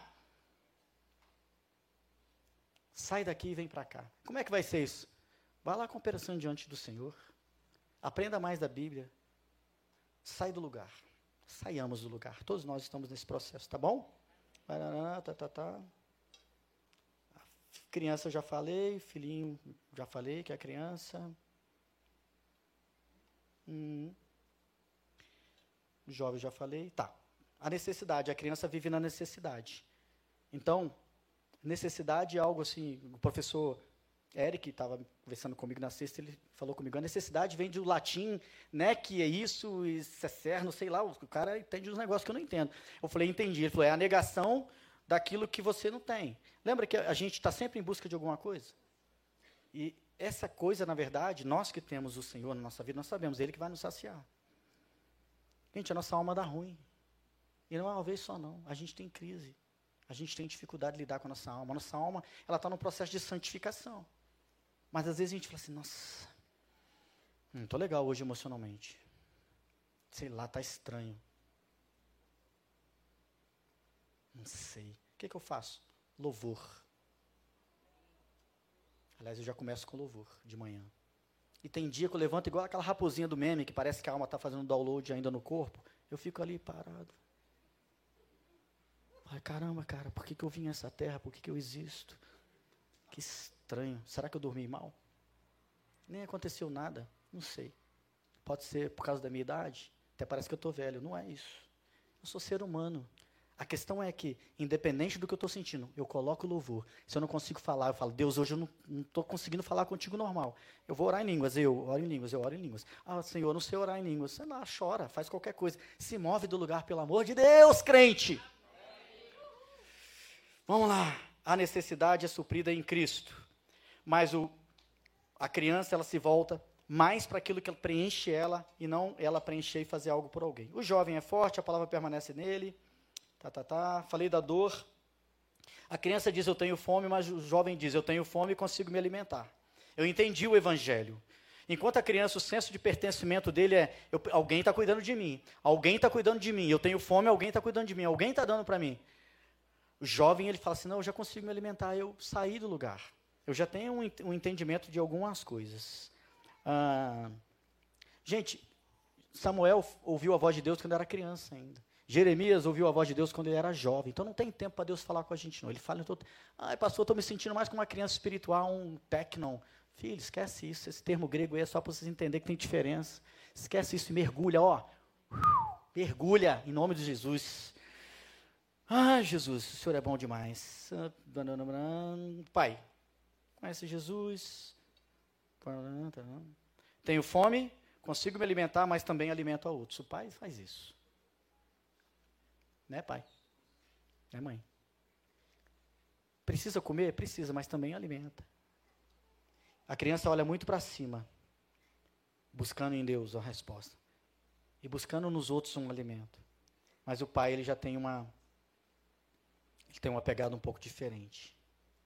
Sai daqui e vem para cá. Como é que vai ser isso? Vá lá com operação diante do Senhor. Aprenda mais da Bíblia. Sai do lugar. Saiamos do lugar. Todos nós estamos nesse processo, tá bom? Tá, tá, tá. Criança eu já falei, filhinho já falei que é criança. Hum. Jovem já falei. Tá. A necessidade, a criança vive na necessidade. Então, necessidade é algo assim, o professor Eric estava conversando comigo na sexta, ele falou comigo, a necessidade vem do latim, né, que é isso, isso é cerno, sei lá, o cara entende uns negócios que eu não entendo. Eu falei, entendi. Ele falou, é a negação daquilo que você não tem. Lembra que a gente está sempre em busca de alguma coisa? E essa coisa, na verdade, nós que temos o Senhor na nossa vida, nós sabemos, Ele que vai nos saciar. Gente, a nossa alma dá ruim. E não é uma vez só, não. A gente tem crise. A gente tem dificuldade de lidar com a nossa alma. A nossa alma, ela está num processo de santificação. Mas às vezes a gente fala assim, nossa, não estou legal hoje emocionalmente. Sei lá, está estranho. Não sei. O que, que eu faço? Louvor. Aliás, eu já começo com louvor de manhã. E tem dia que eu levanto igual aquela raposinha do meme, que parece que a alma está fazendo download ainda no corpo. Eu fico ali parado. Ai, caramba, cara, por que, que eu vim a essa terra? Por que, que eu existo? Que estranho. Será que eu dormi mal? Nem aconteceu nada. Não sei. Pode ser por causa da minha idade. Até parece que eu estou velho. Não é isso. Eu sou ser humano. A questão é que, independente do que eu estou sentindo, eu coloco o louvor. Se eu não consigo falar, eu falo, Deus, hoje eu não estou conseguindo falar contigo normal. Eu vou orar em línguas, eu oro em línguas, eu oro em línguas. Ah, Senhor, eu não sei orar em línguas. Sei lá, chora, faz qualquer coisa. Se move do lugar, pelo amor de Deus, crente. Vamos lá. A necessidade é suprida em Cristo. Mas o, a criança, ela se volta mais para aquilo que ela preenche ela, e não ela preencher e fazer algo por alguém. O jovem é forte, a palavra permanece nele. Tá, tá, tá. Falei da dor. A criança diz, eu tenho fome, mas o jovem diz, eu tenho fome e consigo me alimentar. Eu entendi o evangelho. Enquanto a criança, o senso de pertencimento dele é, eu, alguém está cuidando de mim, alguém está cuidando de mim, eu tenho fome, alguém está cuidando de mim, alguém está dando para mim. O jovem, ele fala assim, não, eu já consigo me alimentar, eu saí do lugar. Eu já tenho um, um entendimento de algumas coisas. Ah, gente, Samuel ouviu a voz de Deus quando era criança ainda. Jeremias ouviu a voz de Deus quando ele era jovem. Então não tem tempo para Deus falar com a gente, não. Ele fala, tô, ai, pastor, estou me sentindo mais como uma criança espiritual, um tecnon. Filho, esquece isso. Esse termo grego aí é só para vocês entenderem que tem diferença. Esquece isso e mergulha, ó. Mergulha em nome de Jesus. Ah, Jesus, o Senhor é bom demais. Pai, conhece Jesus, Tenho fome, consigo me alimentar, mas também alimento a outros. O pai faz isso. Né, pai? Né, mãe? Precisa comer? Precisa, mas também alimenta. A criança olha muito para cima, buscando em Deus a resposta. E buscando nos outros um alimento. Mas o pai, ele já tem uma, ele tem uma pegada um pouco diferente.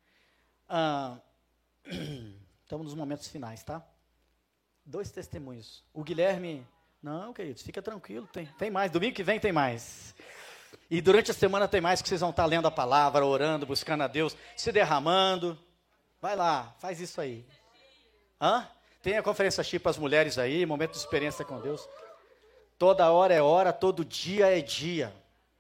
Ah, estamos nos momentos finais, tá? Dois testemunhos. O Guilherme, não, queridos, fica tranquilo, tem, tem mais. Domingo que vem tem mais. E durante a semana tem mais, que vocês vão estar lendo a palavra, orando, buscando a Deus, se derramando. Vai lá, faz isso aí. Hã? Tem a conferência X para as mulheres aí, momento de experiência com Deus. Toda hora é hora, todo dia é dia.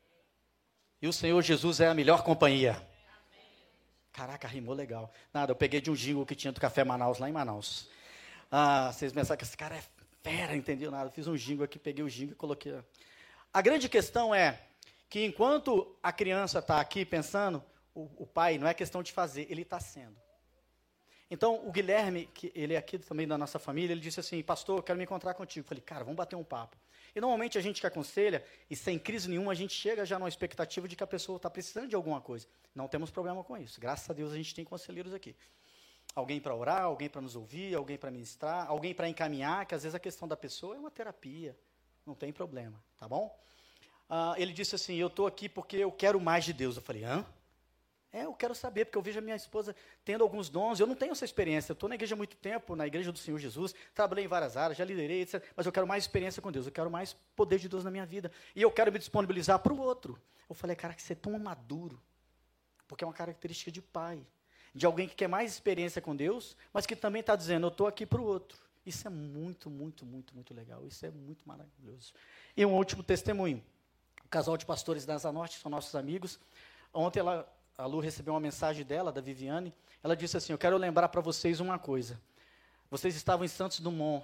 E o Senhor Jesus é a melhor companhia. Caraca, rimou legal. Nada, eu peguei de um jingle que tinha do Café Manaus, lá em Manaus. Ah, vocês pensaram que esse cara é fera, entendeu nada. Eu fiz um jingle aqui, peguei o jingle e coloquei. A grande questão é que enquanto a criança está aqui pensando, o, o pai não é questão de fazer, ele está sendo. Então, o Guilherme, que ele é aqui também da nossa família, ele disse assim, pastor, eu quero me encontrar contigo. Eu falei, cara, vamos bater um papo. E normalmente a gente que aconselha, e sem crise nenhuma, a gente chega já numa expectativa de que a pessoa está precisando de alguma coisa. Não temos problema com isso. Graças a Deus a gente tem conselheiros aqui. Alguém para orar, alguém para nos ouvir, alguém para ministrar, alguém para encaminhar, que às vezes a questão da pessoa é uma terapia. Não tem problema, tá bom? Ah, ele disse assim, eu estou aqui porque eu quero mais de Deus. Eu falei, hã? É, eu quero saber, porque eu vejo a minha esposa tendo alguns dons, eu não tenho essa experiência, eu estou na igreja há muito tempo, na igreja do Senhor Jesus, trabalhei em várias áreas, já liderei, etcétera, mas eu quero mais experiência com Deus, eu quero mais poder de Deus na minha vida, e eu quero me disponibilizar para o outro. Eu falei, cara, que você é tão maduro, porque é uma característica de pai, de alguém que quer mais experiência com Deus, mas que também está dizendo, eu estou aqui para o outro. Isso é muito, muito, muito, muito legal, isso é muito maravilhoso. E um último testemunho, o casal de pastores da Asa Norte, são nossos amigos, ontem ela... A Lu recebeu uma mensagem dela, da Viviane. Ela disse assim, eu quero lembrar para vocês uma coisa. Vocês estavam em Santos Dumont.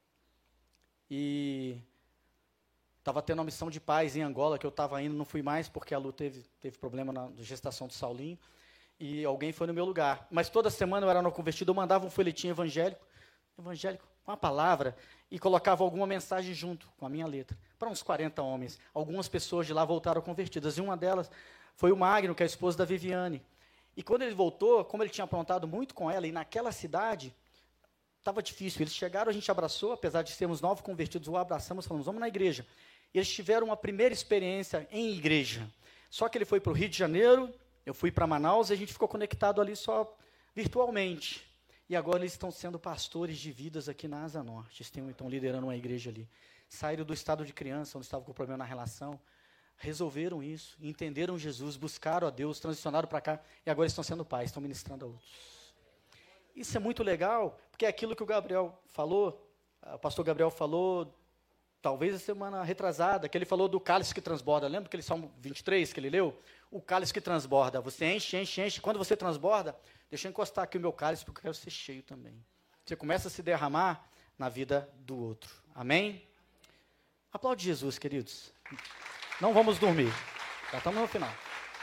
E estava tendo uma missão de paz em Angola, que eu estava indo, não fui mais, porque a Lu teve, teve problema na gestação do Saulinho. E alguém foi no meu lugar. Mas toda semana eu era no convertido, eu mandava um folhetim evangélico, evangélico, com uma palavra, e colocava alguma mensagem junto, com a minha letra. Para uns quarenta homens. Algumas pessoas de lá voltaram convertidas. E uma delas... foi o Magno, que é a esposa da Viviane. E quando ele voltou, como ele tinha aprontado muito com ela, e naquela cidade, estava difícil. Eles chegaram, a gente abraçou, apesar de sermos novos convertidos, o abraçamos, falamos, vamos na igreja. E eles tiveram uma primeira experiência em igreja. Só que ele foi para o Rio de Janeiro, eu fui para Manaus, e a gente ficou conectado ali só virtualmente. E agora eles estão sendo pastores de vidas aqui na Asa Norte. Eles têm, estão liderando uma igreja ali. Saíram do estado de criança, onde estavam com problema na relação, resolveram isso, entenderam Jesus, buscaram a Deus, transicionaram para cá, e agora estão sendo pais, estão ministrando a outros. Isso é muito legal, porque é aquilo que o Gabriel falou, o pastor Gabriel falou, talvez a semana retrasada, que ele falou do cálice que transborda. Lembra aquele Salmo vinte e três que ele leu? O cálice que transborda. Você enche, enche, enche. Quando você transborda, deixa eu encostar aqui o meu cálice, porque eu quero ser cheio também. Você começa a se derramar na vida do outro. Amém? Aplaude Jesus, queridos. Não vamos dormir. Já estamos no final.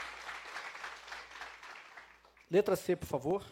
Letra C, por favor.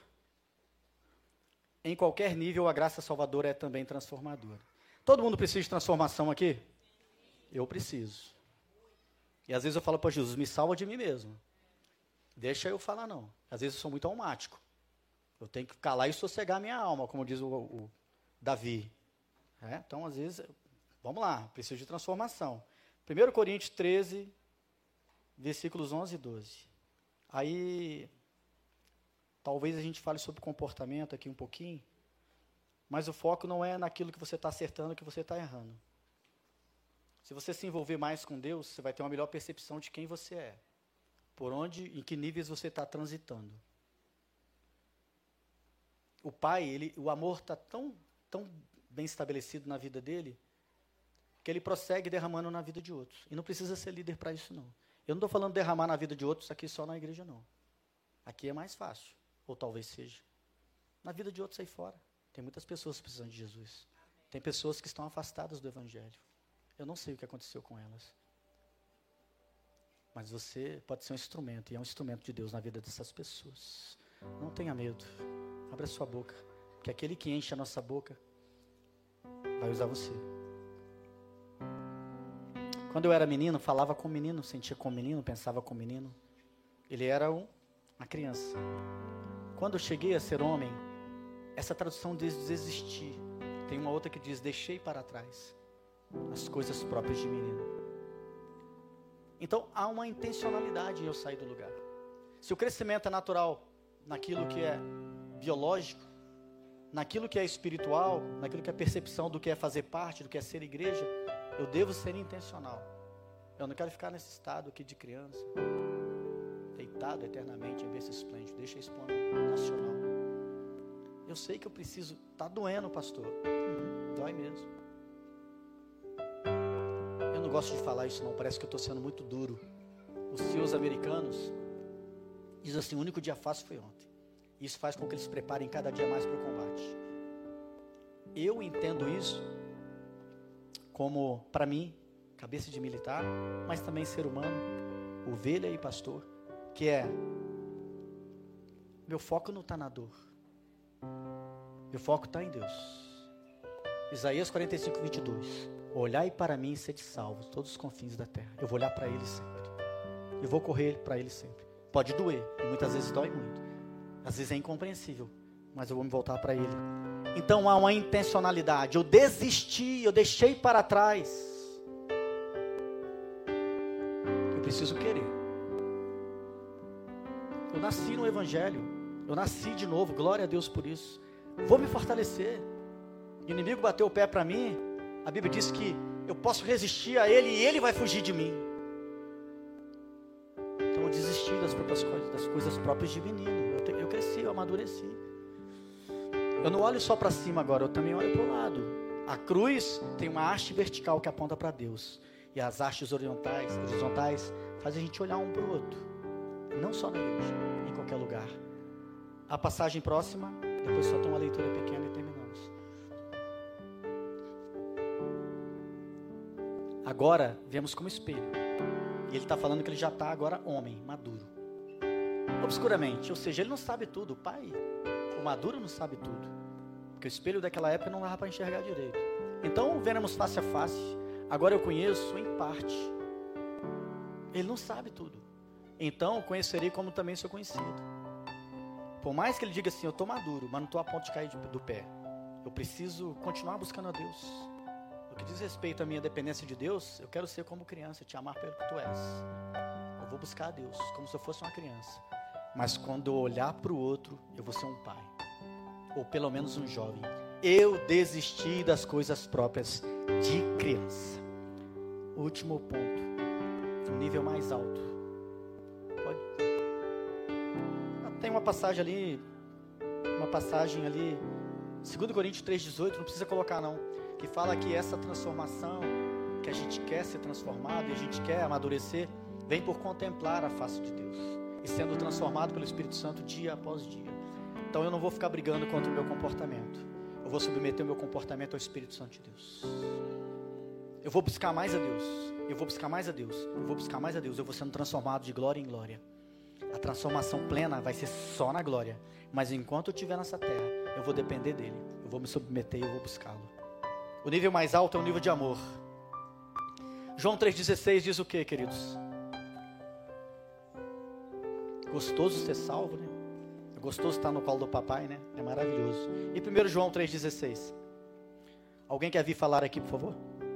Em qualquer nível, a graça salvadora é também transformadora. Todo mundo precisa de transformação aqui? Eu preciso. E às vezes eu falo para Jesus, me salva de mim mesmo. Deixa eu falar não. Às vezes eu sou muito almático. Eu tenho que calar e sossegar a minha alma, como diz o, o Davi. É? Então, às vezes, vamos lá, preciso de transformação. primeiro Coríntios treze, versículos onze e doze. Aí, talvez a gente fale sobre comportamento aqui um pouquinho, mas o foco não é naquilo que você está acertando, que você está errando. Se você se envolver mais com Deus, você vai ter uma melhor percepção de quem você é, por onde, em que níveis você está transitando. O pai, ele, o amor está tão, tão bem estabelecido na vida dele, que ele prossegue derramando na vida de outros. E não precisa ser líder para isso, não. Eu não estou falando de derramar na vida de outros aqui só na igreja, não. Aqui é mais fácil, ou talvez seja. Na vida de outros aí fora. Tem muitas pessoas precisando de Jesus. Tem pessoas que estão afastadas do Evangelho. Eu não sei o que aconteceu com elas. Mas você pode ser um instrumento, e é um instrumento de Deus na vida dessas pessoas. Não tenha medo. Abra sua boca. que aquele que enche a nossa boca vai usar você. Quando eu era menino, falava com o menino, sentia com o menino, pensava com o menino. Ele era um, uma criança. Quando eu cheguei a ser homem, essa tradução diz desistir. Tem uma outra que diz, deixei para trás as coisas próprias de menino. Então, há uma intencionalidade em eu sair do lugar. Se o crescimento é natural naquilo que é biológico, naquilo que é espiritual, naquilo que é percepção do que é fazer parte, do que é ser igreja, eu devo ser intencional. Eu não quero ficar nesse estado aqui de criança, deitado eternamente em berço esplêndido. Deixa esse plano nacional. Eu sei que eu preciso. Está doendo, pastor. Uhum, dói mesmo. Eu não gosto de falar isso não, parece que eu estou sendo muito duro. Os C E Os americanos dizem assim, o único dia fácil foi ontem. Isso faz com que eles se preparem cada dia mais para o combate. Eu entendo isso como, para mim, cabeça de militar, mas também ser humano, ovelha e pastor, que é, meu foco não está na dor, meu foco está em Deus. Isaías quarenta e cinco, vinte e dois, olhai para mim e sede salvos, todos os confins da terra. Eu vou olhar para Ele sempre, eu vou correr para Ele sempre. Pode doer, e muitas vezes dói muito, às vezes é incompreensível, mas eu vou me voltar para Ele. Então há uma intencionalidade. Eu desisti, eu deixei para trás. Eu preciso querer. Eu nasci no Evangelho, eu nasci de novo, glória a Deus por isso. Vou me fortalecer. O inimigo bateu o pé para mim, a Bíblia diz que eu posso resistir a ele e ele vai fugir de mim. Então eu desisti das próprias coisas, das coisas próprias de menino. Eu, te, eu cresci, eu amadureci. Eu não olho só para cima agora, eu também olho para o lado. A cruz tem uma haste vertical que aponta para Deus. E as hastes horizontais, horizontais fazem a gente olhar um para o outro. Não só na igreja, em qualquer lugar. A passagem próxima, depois só tem uma leitura pequena e terminamos. Agora, vemos como espelho. E ele está falando que ele já está agora homem, maduro. Obscuramente, ou seja, ele não sabe tudo. O pai, o maduro não sabe tudo. Porque o espelho daquela época não dava para enxergar direito. Então, veremos face a face. Agora eu conheço em parte. Ele não sabe tudo. Então, conhecerei como também sou conhecido. Por mais que ele diga assim, eu estou maduro, mas não estou a ponto de cair de, do pé. Eu preciso continuar buscando a Deus. No que diz respeito à minha dependência de Deus, eu quero ser como criança, te amar pelo que tu és. Eu vou buscar a Deus, como se eu fosse uma criança. Mas quando eu olhar para o outro, eu vou ser um pai. Ou pelo menos um jovem. Eu desisti das coisas próprias de criança. Último ponto. Um nível mais alto. Pode. Tem uma passagem ali. Uma passagem ali. dois Coríntios três, dezoito. Não precisa colocar não. Que fala que essa transformação. Que a gente quer ser transformado. E a gente quer amadurecer. Vem por contemplar a face de Deus. E sendo transformado pelo Espírito Santo dia após dia. Então eu não vou ficar brigando contra o meu comportamento. Eu vou submeter o meu comportamento ao Espírito Santo de Deus. Eu vou buscar mais a Deus. Eu vou buscar mais a Deus. Eu vou buscar mais a Deus. Eu vou sendo transformado de glória em glória. A transformação plena vai ser só na glória. Mas enquanto eu estiver nessa terra, eu vou depender dele. Eu vou me submeter e eu vou buscá-lo. O nível mais alto é o nível de amor. João três dezesseis diz o que, queridos? Gostoso ser salvo, né? É gostoso estar no colo do papai, né? É maravilhoso. E primeiro João três dezesseis. Alguém quer vir falar aqui, por favor?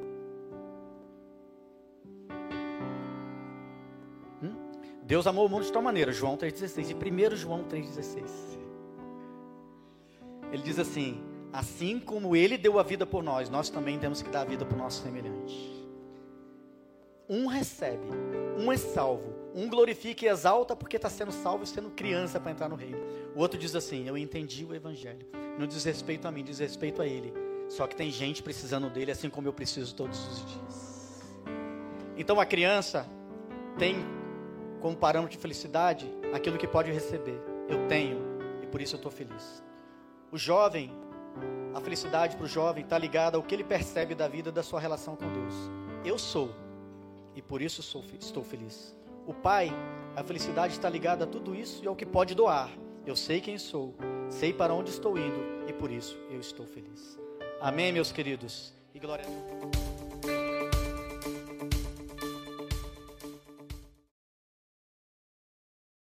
Hum? Deus amou o mundo de tal maneira. João três dezesseis. E primeiro João três dezesseis. Ele diz assim: assim como ele deu a vida por nós, nós também temos que dar a vida para o nosso semelhante. Um recebe, um é salvo, um glorifica e exalta porque está sendo salvo e sendo criança para entrar no reino. O outro diz assim: eu entendi o evangelho. Não diz respeito a mim, diz respeito a ele. Só que tem gente precisando dele assim como eu preciso todos os dias. Então a criança tem como parâmetro de felicidade aquilo que pode receber. Eu tenho e por isso eu estou feliz. O jovem, a felicidade para o jovem está ligada ao que ele percebe da vida, da sua relação com Deus. Eu sou e por isso sou, estou feliz. O pai, a felicidade está ligada a tudo isso e ao que pode doar. Eu sei quem sou sei para onde estou indo e por isso eu estou feliz. Amém, meus queridos. E glória a Deus.